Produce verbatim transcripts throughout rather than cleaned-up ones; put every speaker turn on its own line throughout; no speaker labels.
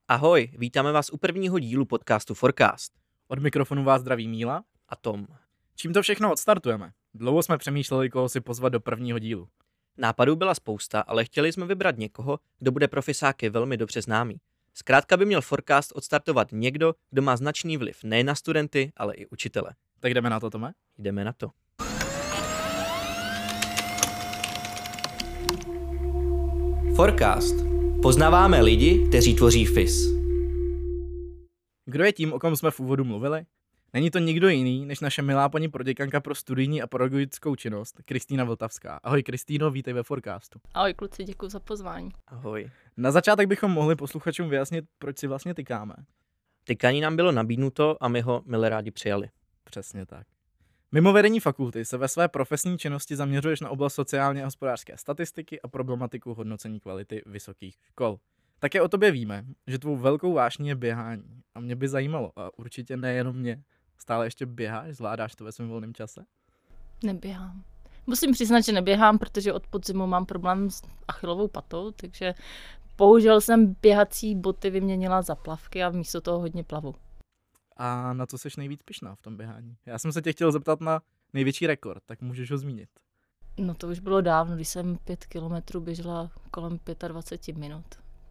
Ahoj, vítáme vás u prvního dílu podcastu Forecast.
Od mikrofonu vás zdraví Míla
a Tom.
Čím to všechno odstartujeme? Dlouho jsme přemýšleli, koho si pozvat do prvního dílu.
Nápadů byla spousta, ale chtěli jsme vybrat někoho, kdo bude pro fisáky velmi dobře známý. Zkrátka by měl Forecast odstartovat někdo, kdo má značný vliv nejen na studenty, ale i učitele.
Tak jdeme na to, Tome?
Jdeme na to. Forecast. Poznáváme lidi, kteří tvoří F I S.
Kdo je tím, o kom jsme v úvodu mluvili? Není to nikdo jiný, než naše milá paní proděkanka pro studijní a pedagogickou činnost, Kristýna Vltavská. Ahoj Kristýno, vítej ve Forecastu.
Ahoj kluci, děkuji za pozvání.
Ahoj.
Na začátek bychom mohli posluchačům vyjasnit, proč si vlastně tykáme.
Tykání nám bylo nabídnuto a my ho milé rádi přijali.
Přesně tak. Mimo vedení fakulty se ve své profesní činnosti zaměřuješ na oblast sociálně a hospodářské statistiky a problematiku hodnocení kvality vysokých škol. Také o tobě víme, že tvou velkou vášní je běhání. A mě by zajímalo, a určitě nejenom mě, stále ještě běháš, zvládáš to ve svém volném čase?
Neběhám. Musím přiznat, že neběhám, protože od podzimu mám problém s achilovou patou, takže bohužel jsem běhací boty vyměnila za plavky a místo toho hodně plavu.
A na co seš nejvíc pyšná v tom běhání? Já jsem se tě chtěl zeptat na největší rekord, tak můžeš ho zmínit.
No to už bylo dávno, když jsem pět kilometrů běžela kolem dvacet pět minut.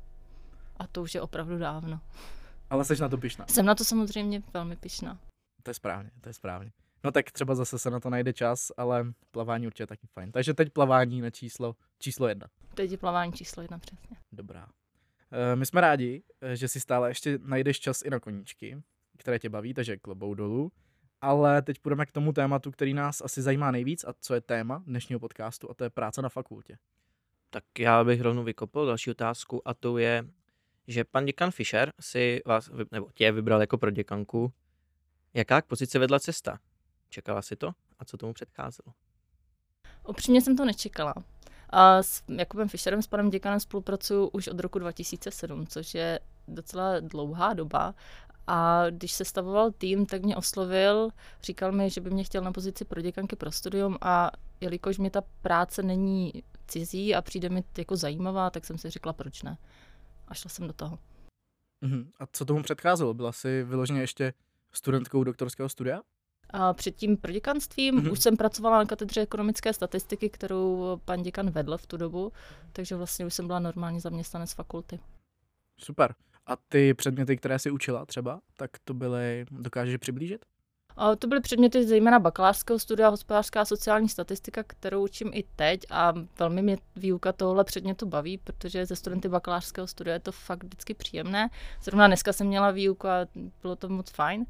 A to už je opravdu dávno.
Ale seš na to pyšná?
Jsem na to samozřejmě velmi pyšná.
To je správně, to je správně. No tak třeba zase se na to najde čas, ale plavání určitě taky fajn. Takže teď plavání na číslo, číslo jedna.
Teď je plavání číslo jedna, přesně.
Dobrá. E, my jsme rádi, že si stále ještě najdeš čas i na koníčky, které tě baví, takže klobou dolů. Ale teď půjdeme k tomu tématu, který nás asi zajímá nejvíc a co je téma dnešního podcastu, a to je práce na fakultě.
Tak já bych rovnou vykopl další otázku a to je, že pan děkan Fischer si vás, nebo tě vybral jako pro děkanku. Jaká k pozici vedla cesta? Čekala si to? A co tomu předcházelo?
Upřímně jsem to nečekala. A s Jakubem Fischerem, s panem děkanem, spolupracuju už od roku dva tisíce sedm, což je docela dlouhá doba. A když se stavoval tým, tak mě oslovil, říkal mi, že by mě chtěl na pozici proděkanky pro studium, a jelikož mi ta práce není cizí a přijde mi jako zajímavá, tak jsem si řekla, proč ne. A šla jsem do toho.
Uhum. A co tomu předcházelo? Byla jsi vyloženě ještě studentkou doktorského studia?
A před tím proděkanstvím mm-hmm. už jsem pracovala na katedře ekonomické statistiky, kterou pan děkan vedl v tu dobu, takže vlastně už jsem byla normální zaměstnanec fakulty.
Super. A ty předměty, které jsi učila třeba, tak to byly, dokážeš přiblížit?
A to byly předměty zejména bakalářského studia hospodářská a sociální statistika, kterou učím i teď, a velmi mě výuka tohohle předmětu baví, protože ze studenty bakalářského studia je to fakt vždycky příjemné. Zrovna dneska jsem měla výuku a bylo to moc fajn.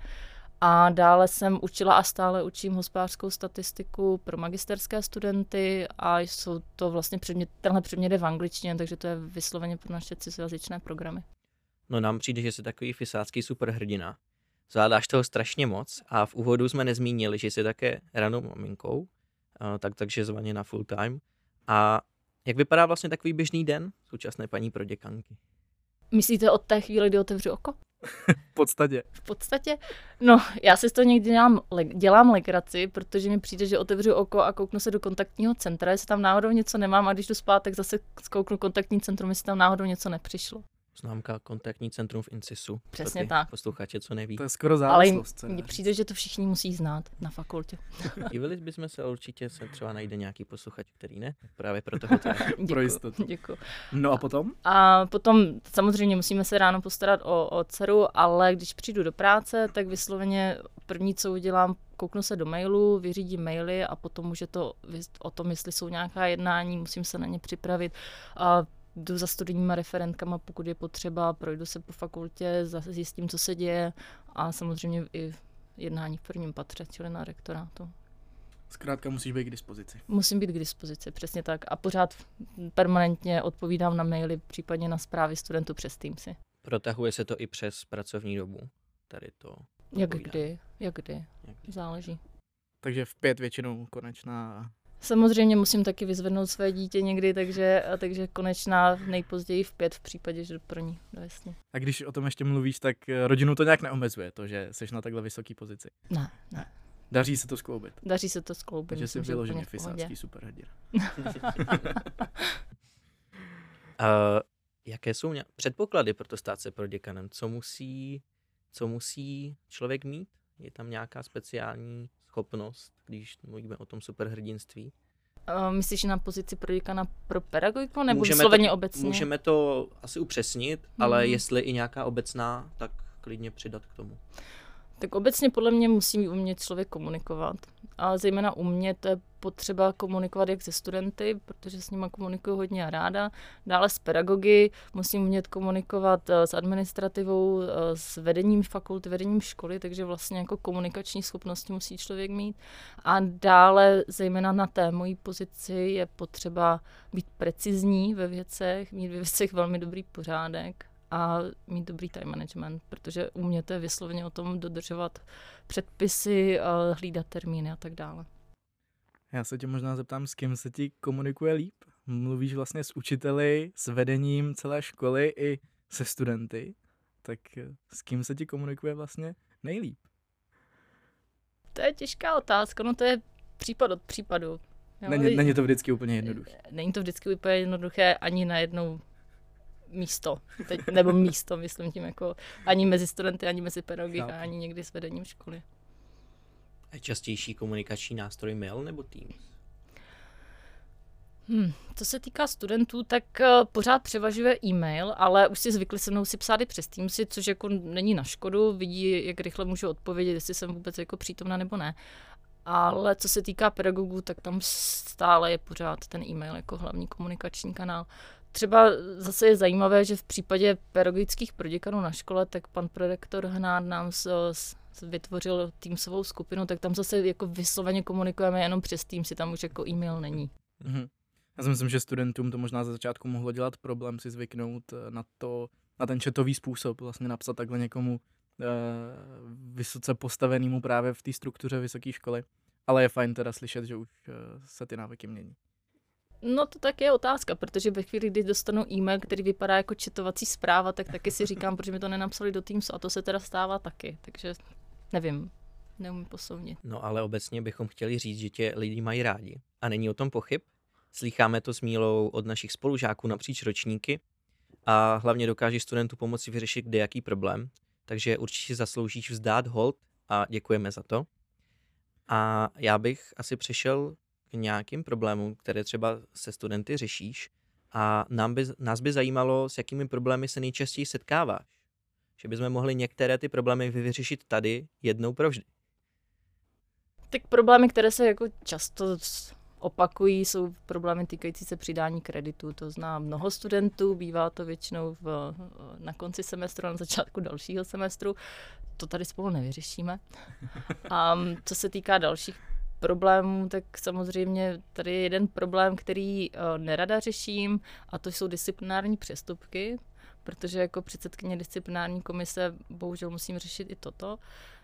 A dále jsem učila a stále učím hospodářskou statistiku pro magisterské studenty a jsou to vlastně předmět, tenhle předmět je v angličtině, takže to je vysloveně pro naše cizojazyčné programy.
No nám přijde, že jsi takový fisácký superhrdina. Zvládáš toho strašně moc a v úvodu jsme nezmínili, že jsi také ranou maminkou, tak, takže zvaně na full time. A jak vypadá vlastně takový běžný den současné paní proděkanky?
Myslíte od té chvíli, kdy otevřu oko?
V podstatě.
V podstatě? No, já si z toho někdy dělám, dělám legraci, protože mi přijde, že otevřu oko a kouknu se do kontaktního centra, jestli tam náhodou něco nemám, a když jdu spát, tak zase zkouknu kontaktní centrum, jestli tam náhodou něco nepřišlo.
Známka kontaktní centrum v INCISu.
Přesně tak.
Posluchače, co neví.
To je skoro závislost.
Ale mně přijde, že to všichni musí znát na fakultě.
Divili bychom se, určitě se třeba najde nějaký posluchač, který ne. Právě proto ho to
pro jistotu.
Děkuji.
No a potom?
A potom samozřejmě musíme se ráno postarat o, o dceru, ale když přijdu do práce, tak vysloveně první, co udělám, kouknu se do mailu, vyřídím maily a potom už je to o tom, jestli jsou nějaká jednání, musím se na ně připravit. A jdu za studijníma referentkama, pokud je potřeba, projdu se po fakultě, zjistím, co se děje, a samozřejmě i jednání v prvním patře, čili na rektorátu.
Zkrátka musíš být k dispozici.
Musím být k dispozici, přesně tak. A pořád permanentně odpovídám na maily, případně na zprávy studentů přes Teamsy.
Protahuje se to i přes pracovní dobu? Tady to
Jak kdy, jak kdy, jak kdy, záleží.
Takže v pět většinou konečná.
Samozřejmě musím taky vyzvednout své dítě někdy, takže, takže konečná nejpozději v pět v případě, že pro ní do jasně.
A když o tom ještě mluvíš, tak rodinu to nějak neomezuje, to, že jsi na takhle vysoké pozici?
Ne, ne.
Daří se to skloubit?
Daří se to skloubit.
Takže jsi vyloženě fisácký superhrdina.
uh, jaké jsou ně- předpoklady pro to stát se proděkanem? Co musí, co musí člověk mít? Je tam nějaká speciální schopnost, když mluvíme o tom superhrdinství?
Uh, myslíš na pozici proděkana pro pedagogiku nebo
Můžeme
vysloveně
to,
obecně?
Můžeme to asi upřesnit, hmm. ale
Mhm.
jestli i nějaká obecná, tak klidně přidat k tomu.
Tak obecně podle mě musí umět člověk komunikovat. A zejména umět to je potřeba komunikovat jak se studenty, protože s nimi komunikuju hodně a ráda. Dále s pedagogy, musím umět komunikovat eh, s administrativou, eh, s vedením fakulty, vedením školy, takže vlastně jako komunikační schopnosti musí člověk mít. A dále, zejména na té mojí pozici, je potřeba být precizní ve věcech, mít ve věcech velmi dobrý pořádek a mít dobrý time management, protože uměte vysloveně o tom dodržovat předpisy, hlídat termíny a tak dále.
Já se tě možná zeptám, s kým se ti komunikuje líp? Mluvíš vlastně s učiteli, s vedením celé školy i se studenty, tak s kým se ti komunikuje vlastně nejlíp?
To je těžká otázka, no to je případ od případu. Jo,
Není, není to vždycky úplně jednoduché.
Není to vždycky úplně jednoduché ani na jednou místo, teď, nebo místo, myslím tím jako ani mezi studenty, ani mezi pedagogy,
Chápu.
ani někdy s vedením školy.
Je častější komunikační nástroj mail nebo Teams?
Hmm, co se týká studentů, tak uh, pořád převažuje e-mail, ale už si zvykli se mnou si psát i přes Teamsy, což jako není na škodu, vidí, jak rychle můžu odpovědět, jestli jsem vůbec jako přítomna nebo ne. Ale co se týká pedagogů, tak tam stále je pořád ten e-mail jako hlavní komunikační kanál. Třeba zase je zajímavé, že v případě pedagogických proděkanů na škole, tak pan prorektor Hnát nám s, s, vytvořil Teamsovou skupinu, tak tam zase jako vysloveně komunikujeme jenom přes Teamsy, tam už jako e-mail není.
Mhm. Já si myslím, že studentům to možná za začátku mohlo dělat problém si zvyknout na to, na ten chatový způsob, vlastně napsat takhle někomu eh, vysoce postavenému právě v té struktuře vysoké školy. Ale je fajn teda slyšet, že už eh, se ty návyky mění.
No to tak je otázka, protože ve chvíli, kdy dostanu e-mail, který vypadá jako chatovací zpráva, tak taky si říkám, proč mi to nenapsali do Teamsu a to se teda stává taky, takže nevím, neumím posoudit.
No ale obecně bychom chtěli říct, že tě lidi mají rádi. A není o tom pochyb. Slýcháme to s Mílou od našich spolužáků napříč ročníky a hlavně dokážeš studentu pomoci vyřešit kdejaký problém, takže určitě zasloužíš vzdát hold a děkujeme za to. A já bych asi přešel k nějakým problémům, které třeba se studenty řešíš a nám by, nás by zajímalo, s jakými problémy se nejčastěji setkáváš. Že bychom mohli některé ty problémy vyřešit tady jednou provždy.
Tak problémy, které se jako často opakují, jsou problémy týkající se přidání kreditu. To zná mnoho studentů, bývá to většinou v, na konci semestru, na začátku dalšího semestru. To tady spolu nevyřešíme. A co se týká dalších problémů, tak samozřejmě tady je jeden problém, který uh, nerada řeším, a to jsou disciplinární přestupky, protože jako předsedkyně disciplinární komise bohužel musím řešit i toto.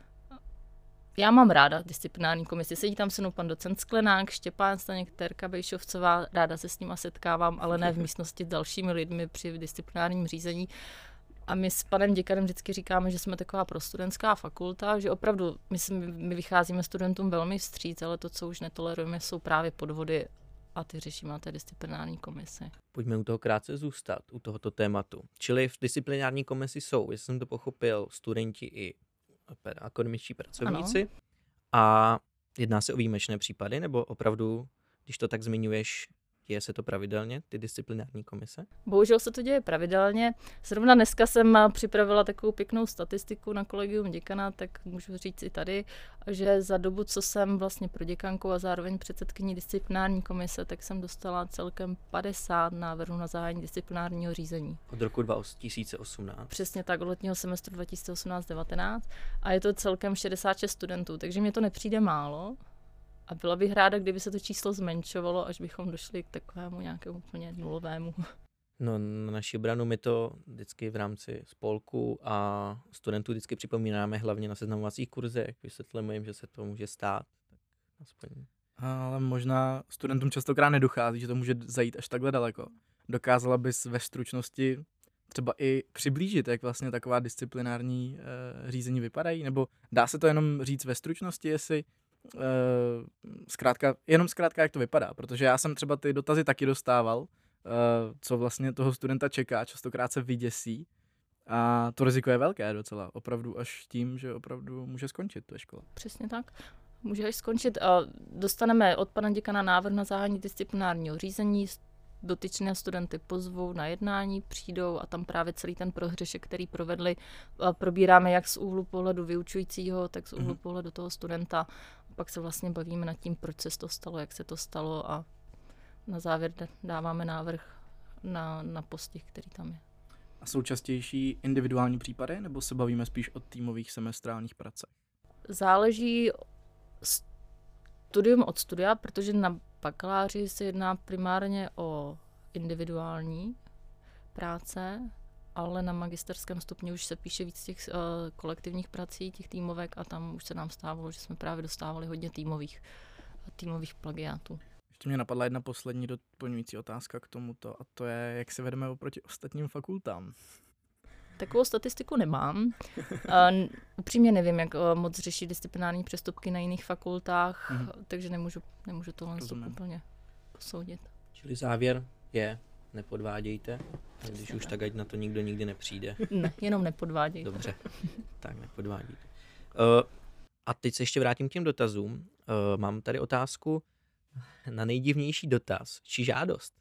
Já mám ráda disciplinární komisi. Sedí tam se mnou pan docent Sklenák, Štěpán Staněk, Terka Bejšovcová, ráda se s nima setkávám, ale ne v místnosti s dalšími lidmi při disciplinárním řízení. A my s panem děkanem vždycky říkáme, že jsme taková prostudentská fakulta, že opravdu my, jsme, my vycházíme studentům velmi vstříc, ale to, co už netolerujeme, jsou právě podvody a ty řešíme na té disciplinární komisi.
Pojďme u toho krátce zůstat, u tohoto tématu. Čili v disciplinární komisi jsou, jestli jsem to pochopil, studenti i akademičtí pracovníci. Ano. A jedná se o výjimečné případy, nebo opravdu, když to tak zmiňuješ, děje se to pravidelně, ty disciplinární komise?
Bohužel se to děje pravidelně. Zrovna dneska jsem připravila takovou pěknou statistiku na kolegium děkana, tak můžu říct i tady, že za dobu, co jsem vlastně proděkankou a zároveň předsedkyní disciplinární komise, tak jsem dostala celkem padesát návrhů na zahájení disciplinárního řízení.
Od roku dva tisíce osmnáct.
Přesně tak, od letního semestru dva tisíce osmnáct devatenáct. A je to celkem šedesát šest studentů, takže mě to nepřijde málo. A byla bych ráda, kdyby se to číslo zmenšovalo, až bychom došli k takovému nějakému úplně nulovému.
No, na naši obranu my to vždycky v rámci spolku a studentů vždycky připomínáme hlavně na seznamovacích kurzech. Vysvětlujeme jim, že se to může stát. Tak aspoň.
Ale možná studentům častokrát nedochází, že to může zajít až takhle daleko. Dokázala bys ve stručnosti třeba i přiblížit, jak vlastně taková disciplinární e, řízení vypadají? Nebo dá se to jenom říct ve stručnosti, jestli Uh, zkrátka, jenom zkrátka, jak to vypadá, protože já jsem třeba ty dotazy taky dostával co vlastně toho studenta čeká, častokrát se vyděsí a to riziko je velké docela, opravdu až tím, že opravdu může skončit ve škole.
Přesně tak. Může až skončit. Dostaneme od pana děkana návrh na zahájení disciplinárního řízení, dotyčné studenty pozvou na jednání, přijdou a tam právě celý ten prohřešek, který provedli, probíráme jak z úhlu pohledu vyučujícího, tak z úhlu mm-hmm. pohledu toho studenta. A pak se vlastně bavíme nad tím, proč se to stalo, jak se to stalo a na závěr dáváme návrh na, na postih, který tam je.
A jsou častější individuální případy, nebo se bavíme spíš o týmových semestrálních pracech?
Záleží studium od studia, protože na bakaláři se jedná primárně o individuální práce, ale na magisterském stupni už se píše víc těch uh, kolektivních prací, těch týmovek a tam už se nám stávalo, že jsme právě dostávali hodně týmových, týmových plagiátů.
Ještě mě napadla jedna poslední doplňující otázka k tomuto a to je, jak se vedeme oproti ostatním fakultám.
Takovou statistiku nemám. Uh, upřímně nevím, jak uh, moc řeší disciplinární přestupky na jiných fakultách, mm-hmm. takže nemůžu, nemůžu tohle úplně posoudit.
Čili závěr je, nepodvádějte, když už tak, ať na to nikdo nikdy nepřijde.
Ne, jenom nepodvádějte.
Dobře, tak nepodvádějte. Uh, a teď se ještě vrátím k těm dotazům. Uh, mám tady otázku na nejdivnější dotaz, či žádost.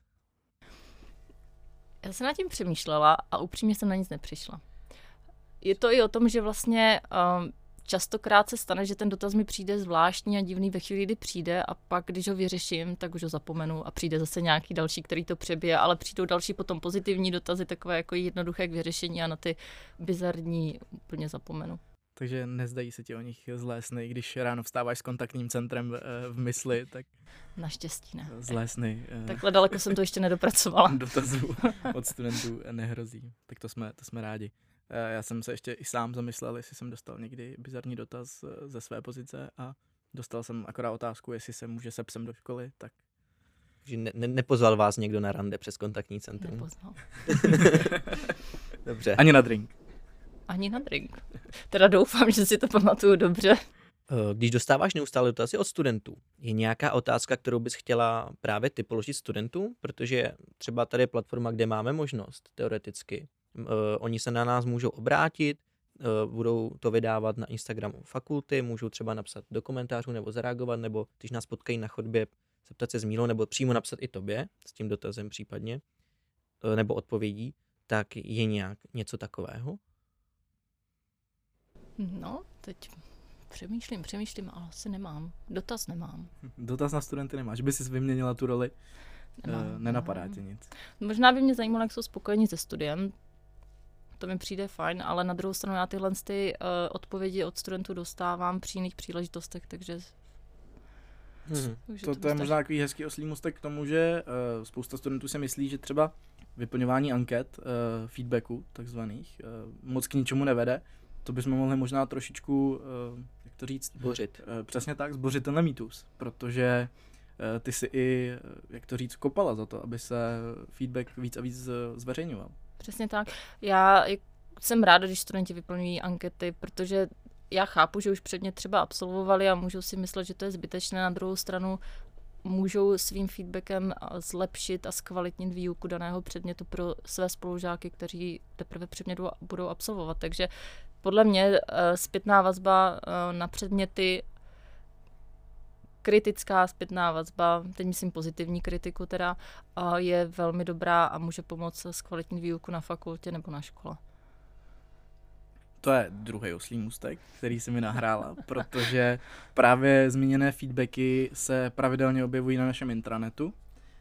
Já jsem nad tím přemýšlela a upřímně jsem na nic nepřišla. Je to i o tom, že vlastně um, častokrát se stane, že ten dotaz mi přijde zvláštní a divný ve chvíli, kdy přijde a pak, když ho vyřeším, tak už ho zapomenu a přijde zase nějaký další, který to přebije, ale přijdou další potom pozitivní dotazy, takové jako jednoduché k vyřešení a na ty bizarní úplně zapomenu.
Takže nezdají se ti o nich zlé sny, když ráno vstáváš s kontaktním centrem v mysli, tak...
Naštěstí ne.
Zlé sny.
Takhle daleko jsem to ještě nedopracovala.
Dotazů od studentů nehrozí. Tak to jsme, to jsme rádi. Já jsem se ještě i sám zamyslel, jestli jsem dostal někdy bizarní dotaz ze své pozice a dostal jsem akorát otázku, jestli se může se psem do školy, tak...
Že ne, ne, nepozval vás někdo na rande přes kontaktní centrum?
Nepozval.
Dobře.
Ani na drink.
Ani na drink. Teda doufám, že si to pamatuju dobře.
Když dostáváš neustále dotazy od studentů, je nějaká otázka, kterou bys chtěla právě ty položit studentům? Protože třeba tady je platforma, kde máme možnost, teoreticky. Uh, oni se na nás můžou obrátit, uh, budou to vydávat na Instagramu fakulty, můžou třeba napsat do komentářů nebo zareagovat, nebo když nás potkají na chodbě, zeptat se s Mílou, nebo přímo napsat i tobě s tím dotazem případně, uh, nebo odpovědí, tak je nějak něco takového?
No, teď přemýšlím, přemýšlím, ale asi nemám. Dotaz nemám.
Dotaz na studenty nemáš, by jsi vyměnila tu roli?
Nemám,
uh, nenapadá tě nic.
Možná by mě zajímalo, jak jsou spokojení se studiem. To mi přijde fajn, ale na druhou stranu já tyhle ty, uh, odpovědi od studentů dostávám při jiných příležitostech, takže...
Hmm. takže to, to je možná takový hezký oslý můstek k tomu, že uh, spousta studentů si myslí, že třeba vyplňování anket, uh, feedbacku takzvaných, uh, moc k ničemu nevede. To bychom mohli možná trošičku, uh, jak to říct?
Zbořit.
Uh, přesně tak, zbořit tenhle mýtus, protože uh, ty si i, jak to říct, kopala za to, aby se feedback víc a víc zveřejňoval.
Přesně tak. Já jsem ráda, když studenti vyplňují ankety, protože já chápu, že už předmět třeba absolvovali a můžou si myslet, že to je zbytečné. Na druhou stranu můžou svým feedbackem zlepšit a zkvalitnit výuku daného předmětu pro své spolužáky, kteří teprve předmět budou absolvovat. Takže podle mě zpětná vazba na předměty, kritická zpětná vazba, teď myslím pozitivní kritiku teda, je velmi dobrá a může pomoct zkvalitnit výuku na fakultě nebo na škole.
To je druhý oslý můstek, který si mi nahrála, protože právě zmíněné feedbacky se pravidelně objevují na našem intranetu.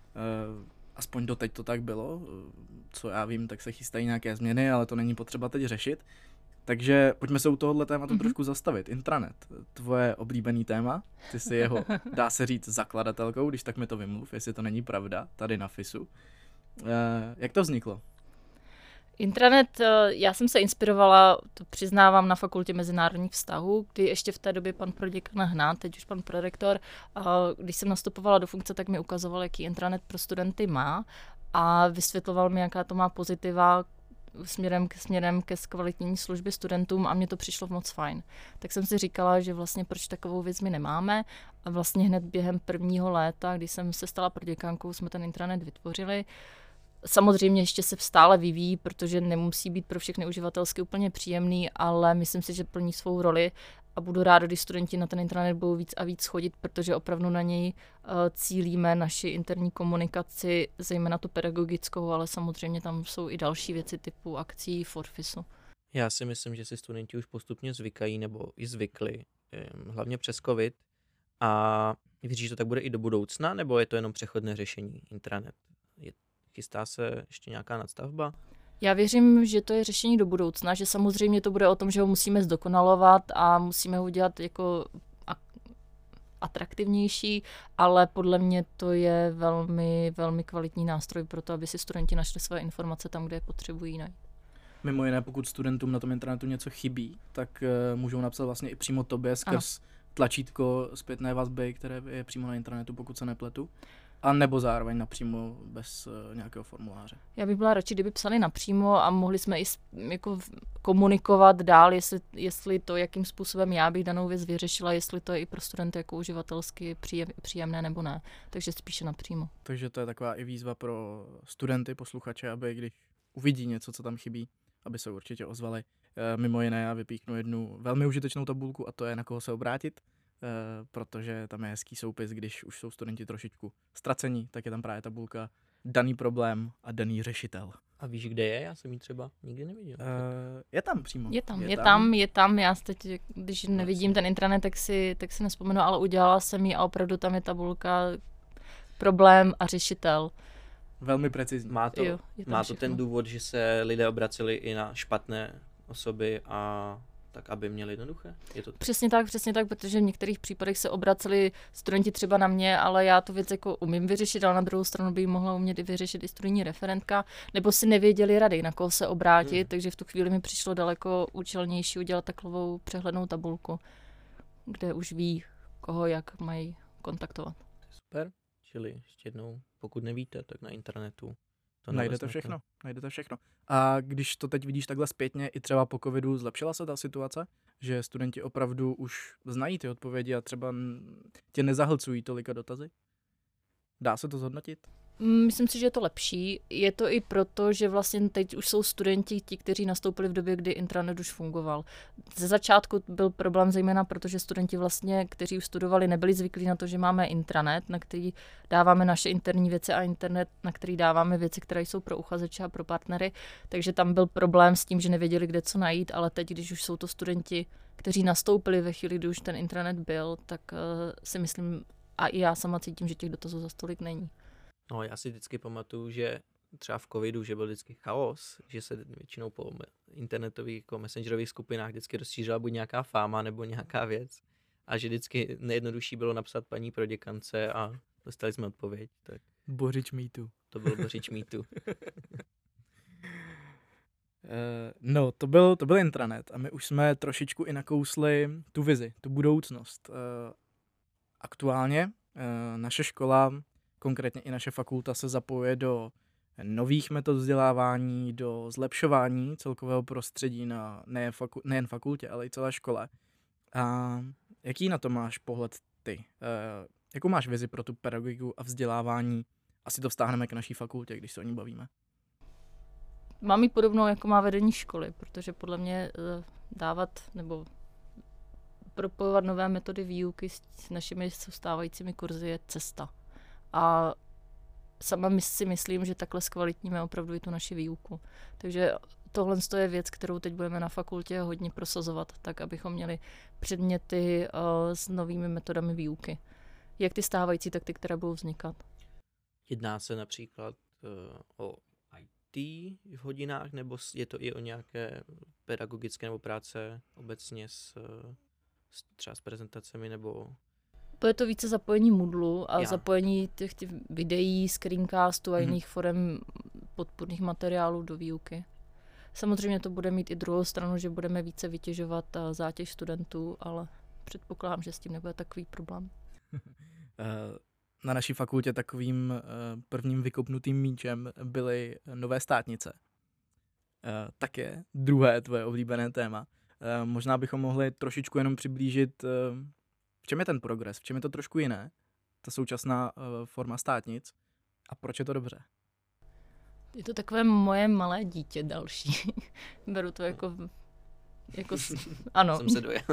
Aspoň doteď to tak bylo. Co já vím, tak se chystají nějaké změny, ale to není potřeba teď řešit. Takže pojďme se u tohohle tématu mm-hmm. trošku zastavit. Intranet, tvoje oblíbený téma, ty jsi jeho, dá se říct, zakladatelkou, když tak mi to vymluv, jestli to není pravda, tady na FISu. Jak to vzniklo?
Intranet, já jsem se inspirovala, to přiznávám, na fakultě mezinárodních vztahů, kdy ještě v té době pan proděkan Hnát, teď už pan prorektor, když jsem nastupovala do funkce, tak mi ukazoval, jaký intranet pro studenty má a vysvětloval mi, jaká to má pozitiva směrem k směrem ke zkvalitnění služby studentům a mně to přišlo moc fajn. Tak jsem si říkala, že vlastně proč takovou věc my nemáme a vlastně hned během prvního léta, kdy jsem se stala proděkankou, jsme ten intranet vytvořili. Samozřejmě ještě se stále vyvíjí, protože nemusí být pro všechny uživatelsky úplně příjemný, ale myslím si, že plní svou roli a budu ráda, když studenti na ten intranet budou víc a víc chodit, protože opravdu na něj uh, cílíme naši interní komunikaci, zejména tu pedagogickou, ale samozřejmě tam jsou i další věci typu akcí, forfisu.
Já si myslím, že si studenti už postupně zvykají nebo i zvykli, hlavně přes covid. A věříš, že to tak bude i do budoucna, nebo je to jenom přechodné řešení intranet? Je, chystá se ještě nějaká nadstavba?
Já věřím, že to je řešení do budoucna, že samozřejmě to bude o tom, že ho musíme zdokonalovat a musíme ho udělat jako atraktivnější, ale podle mě to je velmi, velmi kvalitní nástroj pro to, aby si studenti našli své informace tam, kde je potřebují najít.
Mimo jiné, pokud studentům na tom internetu něco chybí, tak uh, můžou napsat vlastně i přímo tobě skrz ano. tlačítko zpětné vazby, které je přímo na internetu, pokud se nepletu. A nebo zároveň napřímo bez uh, nějakého formuláře.
Já bych byla radši, kdyby psali napřímo a mohli jsme i jako komunikovat dál, jestli, jestli to, jakým způsobem já bych danou věc vyřešila, jestli to je i pro studenty jako uživatelsky příjemné nebo ne. Takže spíše napřímo.
Takže to je taková i výzva pro studenty, posluchače, aby když uvidí něco, co tam chybí, aby se určitě ozvali. E, mimo jiné já vypíchnu jednu velmi užitečnou tabulku a to je na koho se obrátit. Uh, protože tam je hezký soupis, když už jsou studenti trošičku ztracení, tak je tam právě tabulka daný problém a daný řešitel.
A víš, kde je? Já jsem ji třeba nikdy neviděl. Uh,
je tam přímo.
Je tam, je, je tam. tam, je tam. Já teď, když nevidím ten intranet, tak si, tak si nespomenu, ale udělala jsem ji a opravdu tam je tabulka problém a řešitel.
Velmi precizní.
Má to, jo, má to ten důvod, že se lidé obraceli i na špatné osoby a tak, aby měli jednoduché? Je to...
Přesně tak, přesně tak, protože v některých případech se obraceli studenti třeba na mě, ale já tu věc jako umím vyřešit, ale na druhou stranu by ji mohla umět i vyřešit i studijní referentka, nebo si nevěděli rady, na koho se obrátit, hmm. takže v tu chvíli mi přišlo daleko účelnější udělat takovou přehlednou tabulku, kde už ví, koho jak mají kontaktovat.
Super, čili ještě jednou, pokud nevíte, tak na internetu to
najdete
naleznete.
všechno, najdete všechno. A když to teď vidíš takhle zpětně, i třeba po covidu, zlepšila se ta situace? Že studenti opravdu už znají ty odpovědi a třeba tě nezahlcují tolika dotazy? Dá se to zhodnotit?
Myslím si, že je to lepší. Je to i proto, že vlastně teď už jsou studenti ti, kteří nastoupili v době, kdy intranet už fungoval. Ze začátku byl problém zejména, protože studenti vlastně, kteří už studovali, nebyli zvyklí na to, že máme intranet, na který dáváme naše interní věci a internet, na který dáváme věci, které jsou pro uchazeče a pro partnery. Takže tam byl problém s tím, že nevěděli, kde co najít, ale teď, když už jsou to studenti, kteří nastoupili ve chvíli, kdy už ten intranet byl, tak uh, si myslím, a i já sama cítím, že těch dotazů za stolik není.
No, já si vždycky pamatuju, že třeba v covidu, že byl vždycky chaos, že se většinou po internetových jako messengerových skupinách vždycky rozšířila buď nějaká fáma nebo nějaká věc a že vždycky nejjednodušší bylo napsat paní proděkance a dostali jsme odpověď. Tak
bořič mýtu.
To byl bořič mýtu.
No, to byl, to byl intranet a my už jsme trošičku i nakousli tu vizi, tu budoucnost. Aktuálně naše škola, konkrétně i naše fakulta se zapojuje do nových metod vzdělávání, do zlepšování celkového prostředí na nejen, faku, nejen fakultě, ale i celé škole. A jaký na to máš pohled ty? E, jakou máš vizi pro tu pedagogiku a vzdělávání? Asi to vztáhneme k naší fakultě, když se o ní bavíme.
Mám ji podobnou, jako má vedení školy, protože podle mě dávat nebo propojovat nové metody výuky s našimi stávajícími kurzy je cesta. A sama si myslím, že takhle zkvalitníme opravdu i tu naši výuku. Takže tohle je věc, kterou teď budeme na fakultě hodně prosazovat, tak abychom měli předměty uh, s novými metodami výuky. Jak ty stávající, tak ty, které budou vznikat. Jedná
se například uh, o í té v hodinách, nebo je to i o nějaké pedagogické nebo práce obecně s, s třeba s prezentacemi nebo...
Je to více zapojení Moodlu a Já. zapojení těch, těch videí, screencastů a mm-hmm. jiných forem podpůrných materiálů do výuky. Samozřejmě to bude mít i druhou stranu, že budeme více vytěžovat zátěž studentů, ale předpokládám, že s tím nebude takový problém.
Na naší fakultě takovým prvním vykopnutým míčem byly nové státnice. Také druhé tvoje oblíbené téma. Možná bychom mohli trošičku jenom přiblížit, v čem je ten progres, v čem je to trošku jiné, ta současná uh, forma státnic a proč je to dobře?
Je to takové moje malé dítě další. Beru to jako... jako ano.
Jsem se dojel.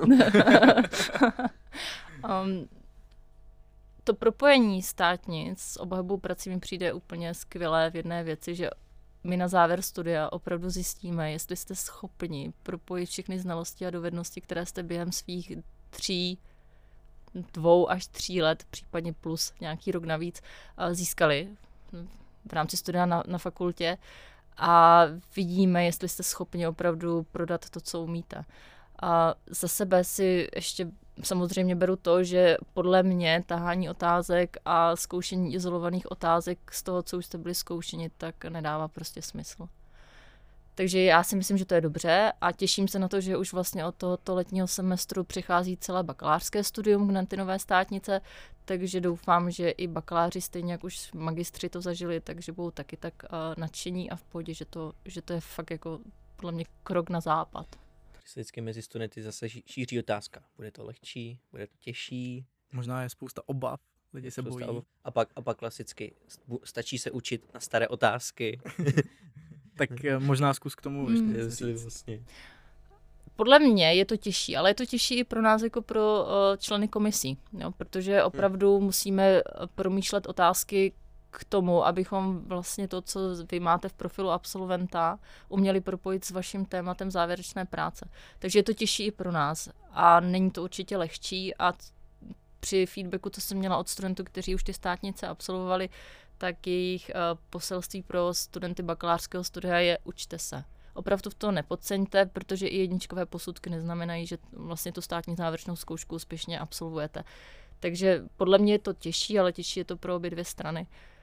um, to propojení státnic s obhajobou prací mi přijde úplně skvělé v jedné věci, že my na závěr studia opravdu zjistíme, jestli jste schopni propojit všechny znalosti a dovednosti, které jste během svých tří, dvou až tří let, případně plus nějaký rok navíc, získali v rámci studia na, na fakultě a vidíme, jestli jste schopni opravdu prodat to, co umíte. A za sebe si ještě samozřejmě beru to, že podle mě tahání otázek a zkoušení izolovaných otázek z toho, co už jste byli zkoušeni, tak nedává prostě smysl. Takže já si myslím, že to je dobře a těším se na to, že už vlastně od tohoto letního semestru přichází celé bakalářské studium na ty nové státnice, takže doufám, že i bakaláři, stejně jak už magistři to zažili, takže budou taky tak uh, nadšení a v pohodě, že to, že to je fakt jako podle mě krok na západ.
Se vždycky mezi studenty zase šíří otázka. Bude to lehčí, bude to těžší.
Možná je spousta obav, lidi se bojí.
Obav. A pak, a pak klasicky stačí se učit na staré otázky.
Tak možná zkus k tomu
Hmm.
ještě
vlastně.
Podle mě je to těžší, ale je to těžší i pro nás jako pro uh, členy komisí, jo? Protože opravdu hmm. musíme promýšlet otázky k tomu, abychom vlastně to, co vy máte v profilu absolventa, uměli propojit s vaším tématem závěrečné práce. Takže je to těžší i pro nás a není to určitě lehčí a při feedbacku, co jsem měla od studentů, kteří už ty státnice absolvovali, tak jejich uh, poselství pro studenty bakalářského studia je učte se. Opravdu v to nepodceňte, protože i jedničkové posudky neznamenají, že vlastně tu státní závěrečnou zkoušku úspěšně absolvujete. Takže podle mě je to těžší, ale těžší je to pro obě dvě strany.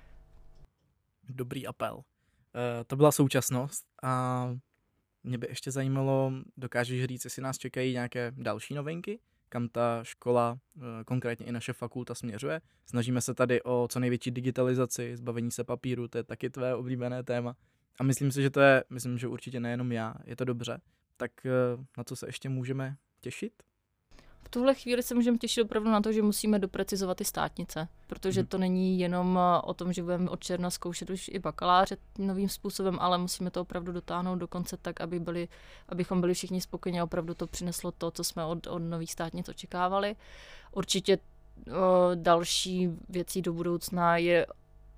Dobrý apel. Uh, to byla současnost a mě by ještě zajímalo, dokážeš říct, jestli nás čekají nějaké další novinky, kam ta škola, uh, konkrétně i naše fakulta směřuje. Snažíme se tady o co největší digitalizaci, zbavení se papíru, to je taky tvé oblíbené téma. A myslím si, že to je, myslím, že určitě nejenom já, je to dobře. Tak uh, na co se ještě můžeme těšit?
V tuhle chvíli se můžeme těšit opravdu na to, že musíme doprecizovat ty státnice, protože to není jenom o tom, že budeme od června zkoušet už i bakaláře novým způsobem, ale musíme to opravdu dotáhnout do konce tak, aby byli, abychom byli všichni spokojeni a opravdu to přineslo to, co jsme od, od nových státnic očekávali. Určitě o, další věcí do budoucna je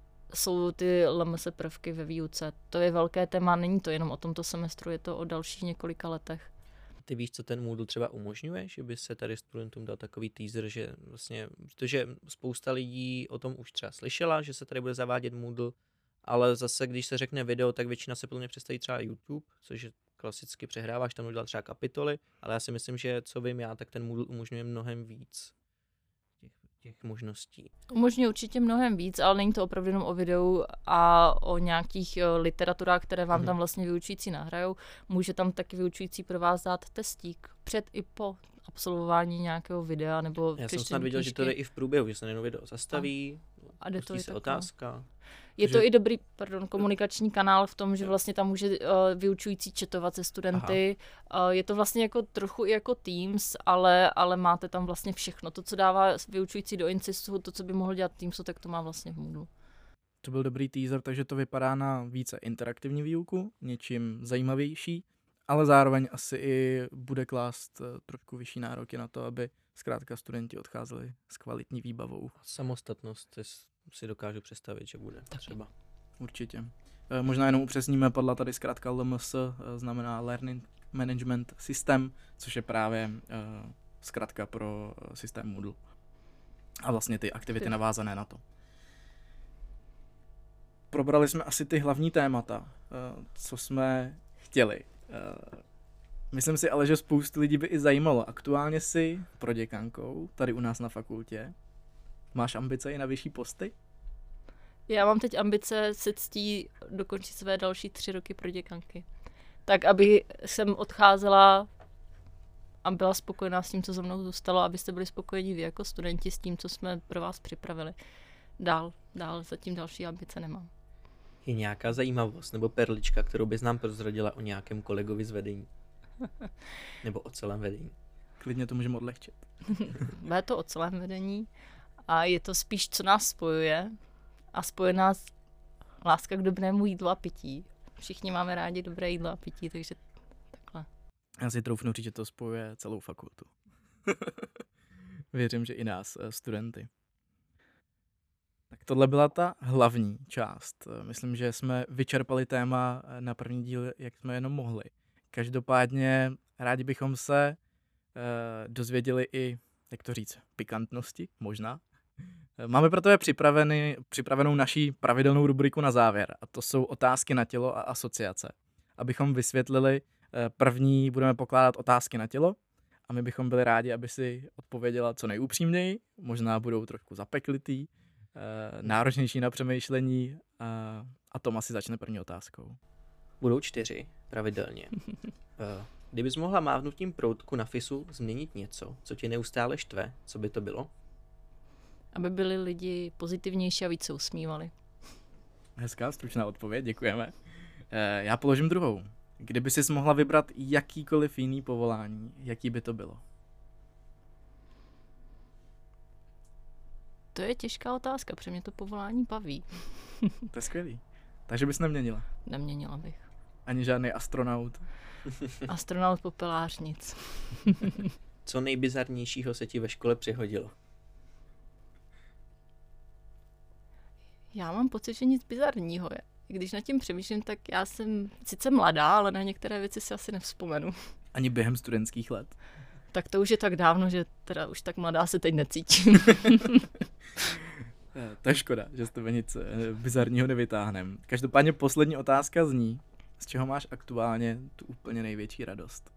jsou ty L M S prvky ve výuce. To je velké téma, není to jenom o tomto semestru, je to o dalších několika letech.
Ty víš, co ten Moodle třeba umožňuje, že by se tady studentům dal takový teaser, že vlastně, protože spousta lidí o tom už třeba slyšela, že se tady bude zavádět Moodle, ale zase, když se řekne video, tak většina se plně představí třeba YouTube, což je klasicky přehráváš, tam udělat třeba kapitoly, ale já si myslím, že co vím já, tak ten Moodle umožňuje mnohem víc těch, těch možností.
Umožňuje určitě mnohem víc, ale není to opravdu jenom o videu a o nějakých literaturách, které vám tam vlastně vyučující nahrajou. Může tam taky vyučující pro vás dát testík před i po absolvování nějakého videa nebo
Já jsem snad viděl,
knížky.
že to jde i v průběhu, že se jenom video zastaví,
a jde to
pustí se
takhle.
otázka.
Je
že...
to i dobrý pardon, komunikační kanál v tom, že vlastně tam může uh, vyučující chatovat se studenty. Uh, je to vlastně jako trochu i jako Teams, ale, ale máte tam vlastně všechno. To, co dává vyučující do Incisu, to, co by mohl dělat Teamsu, tak to má vlastně v Moodle.
To byl dobrý teaser, takže to vypadá na více interaktivní výuku, něčím zajímavější, ale zároveň asi i bude klást trošku vyšší nároky na to, aby zkrátka studenti odcházeli s kvalitní výbavou.
Samostatnost si dokážu představit, že bude
Taky.
třeba.
Určitě. E, možná jenom upřesníme, padla tady zkrátka L M S, e, znamená Learning Management System, což je právě e, zkrátka pro e, systém Moodle. A vlastně ty aktivity ty. navázané na to. Probrali jsme asi ty hlavní témata, e, co jsme chtěli. E, myslím si ale, že spoustu lidí by i zajímalo. Aktuálně si proděkankou tady u nás na fakultě. Máš ambice i na vyšší posty?
Já mám teď ambice se ctí dokončit své další tři roky proděkanky. Tak, aby jsem odcházela a byla spokojená s tím, co za mnou zůstalo, abyste byli spokojení vy jako studenti s tím, co jsme pro vás připravili. Dál, dál, zatím další ambice nemám.
Je nějaká zajímavost nebo perlička, kterou bys nám prozradila o nějakém kolegovi z vedení? Nebo o celém vedení?
Klidně to můžeme odlehčit.
Bude to o celém vedení a je to spíš, co nás spojuje. A spoje nás láska k dobrému jídlu a pití. Všichni máme rádi dobré jídlo a pití, takže takhle.
Já si troufnu říct, že to spojuje celou fakultu. Věřím, že i nás, studenty. Tak tohle byla ta hlavní část. Myslím, že jsme vyčerpali téma na první díl, jak jsme jenom mohli. Každopádně rádi bychom se uh, dozvěděli i, jak to říct, pikantnosti, možná. Máme pro tebe připravený, připravenou naší pravidelnou rubriku na závěr, a to jsou otázky na tělo a asociace. Abychom vysvětlili, první budeme pokládat otázky na tělo a my bychom byli rádi, aby si odpověděla co nejupřímněji, možná budou trošku zapeklitý, náročnější na přemýšlení, a Tom asi začne první otázkou.
Budou čtyři, pravidelně. Kdybys mohla mávnutím proutku na fisu změnit něco, co tě neustále štve, co by to bylo?
Aby byli lidi pozitivnější a víc se usmívali.
Hezká, stručná odpověď, děkujeme. E, já položím druhou. Kdyby jsi mohla vybrat jakýkoliv jiný povolání, jaký by to bylo?
To je těžká otázka, protože mě to povolání baví.
To je skvělý. Takže bys neměnila?
Neměnila bych.
Ani žádný astronaut?
Astronaut, popelář, nic.
Co nejbizarnějšího se ti ve škole přihodilo?
Já mám pocit, že nic bizarního je. Když nad tím přemýšlím, tak já jsem sice mladá, ale na některé věci si asi nevzpomenu.
Ani během studentských let?
Tak to už je tak dávno, že teda už tak mladá se teď necítím.
To je škoda, že z tebe nic bizarního nevytáhneme. Každopádně poslední otázka zní, z čeho máš aktuálně tu úplně největší radost?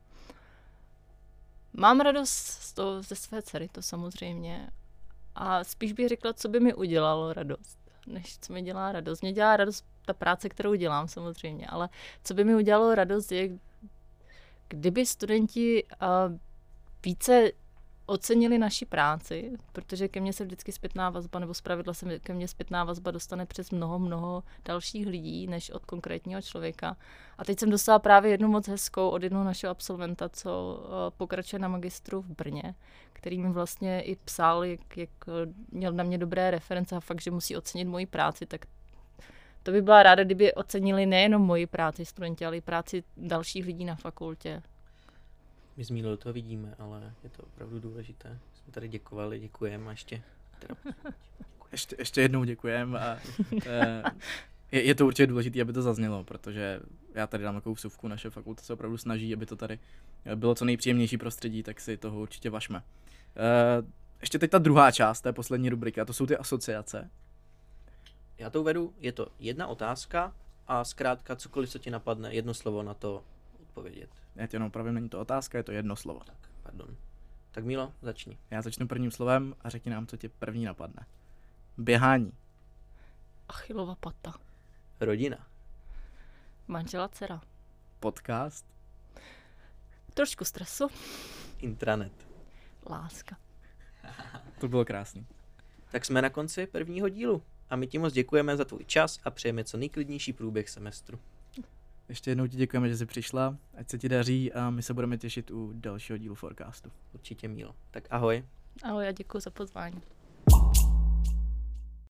Mám radost z toho, ze své dcery, to samozřejmě. A spíš bych řekla, co by mi udělalo radost, než co mi dělá radost. Mě dělá radost ta práce, kterou dělám samozřejmě, ale co by mi udělalo radost je, kdyby studenti uh, více ocenili naši práci, protože ke mně se vždycky zpětná vazba, nebo zpravidla se ke mně zpětná vazba dostane přes mnoho, mnoho dalších lidí, než od konkrétního člověka. A teď jsem dostala právě jednu moc hezkou od jednoho našeho absolventa, co uh, pokračuje na magistru v Brně, který mi vlastně i psal, jak, jak měl na mě dobré reference a fakt, že musí ocenit moji práci, tak to by byla ráda, kdyby ocenili nejenom moji práci studenti, ale i práci dalších lidí na fakultě.
My z Mílou to vidíme, ale je to opravdu důležité. Jsme tady děkovali, děkujeme a ještě... Teda...
ještě, ještě jednou děkujeme a je, je to určitě důležité, aby to zaznělo, protože já tady dám takovou vsuvku, naše fakulta se opravdu snaží, aby to tady bylo co nejpříjemnější prostředí, tak si toho určitě važme. Ještě teď ta druhá část té poslední rubriky, a to jsou ty asociace.
Já to uvedu, je to jedna otázka a zkrátka cokoliv, co ti napadne, jedno slovo na to odpovědět.
Já tě jenom opravím, není to otázka, je to jedno slovo.
Tak, pardon. Tak Mílo, začni.
Já začnu prvním slovem a řekni nám, co ti první napadne. Běhání.
Achillova pata.
Rodina.
Manžela, dcera.
Podcast.
Trošku stresu.
Intranet.
Láska.
To bylo krásný.
Tak jsme na konci prvního dílu a my ti moc děkujeme za tvůj čas a přejeme co nejklidnější průběh semestru.
Ještě jednou ti děkujeme, že jsi přišla, ať se ti daří a my se budeme těšit u dalšího dílu Forecastu.
Určitě, Mílo. Tak ahoj.
Ahoj, já děkuji za pozvání.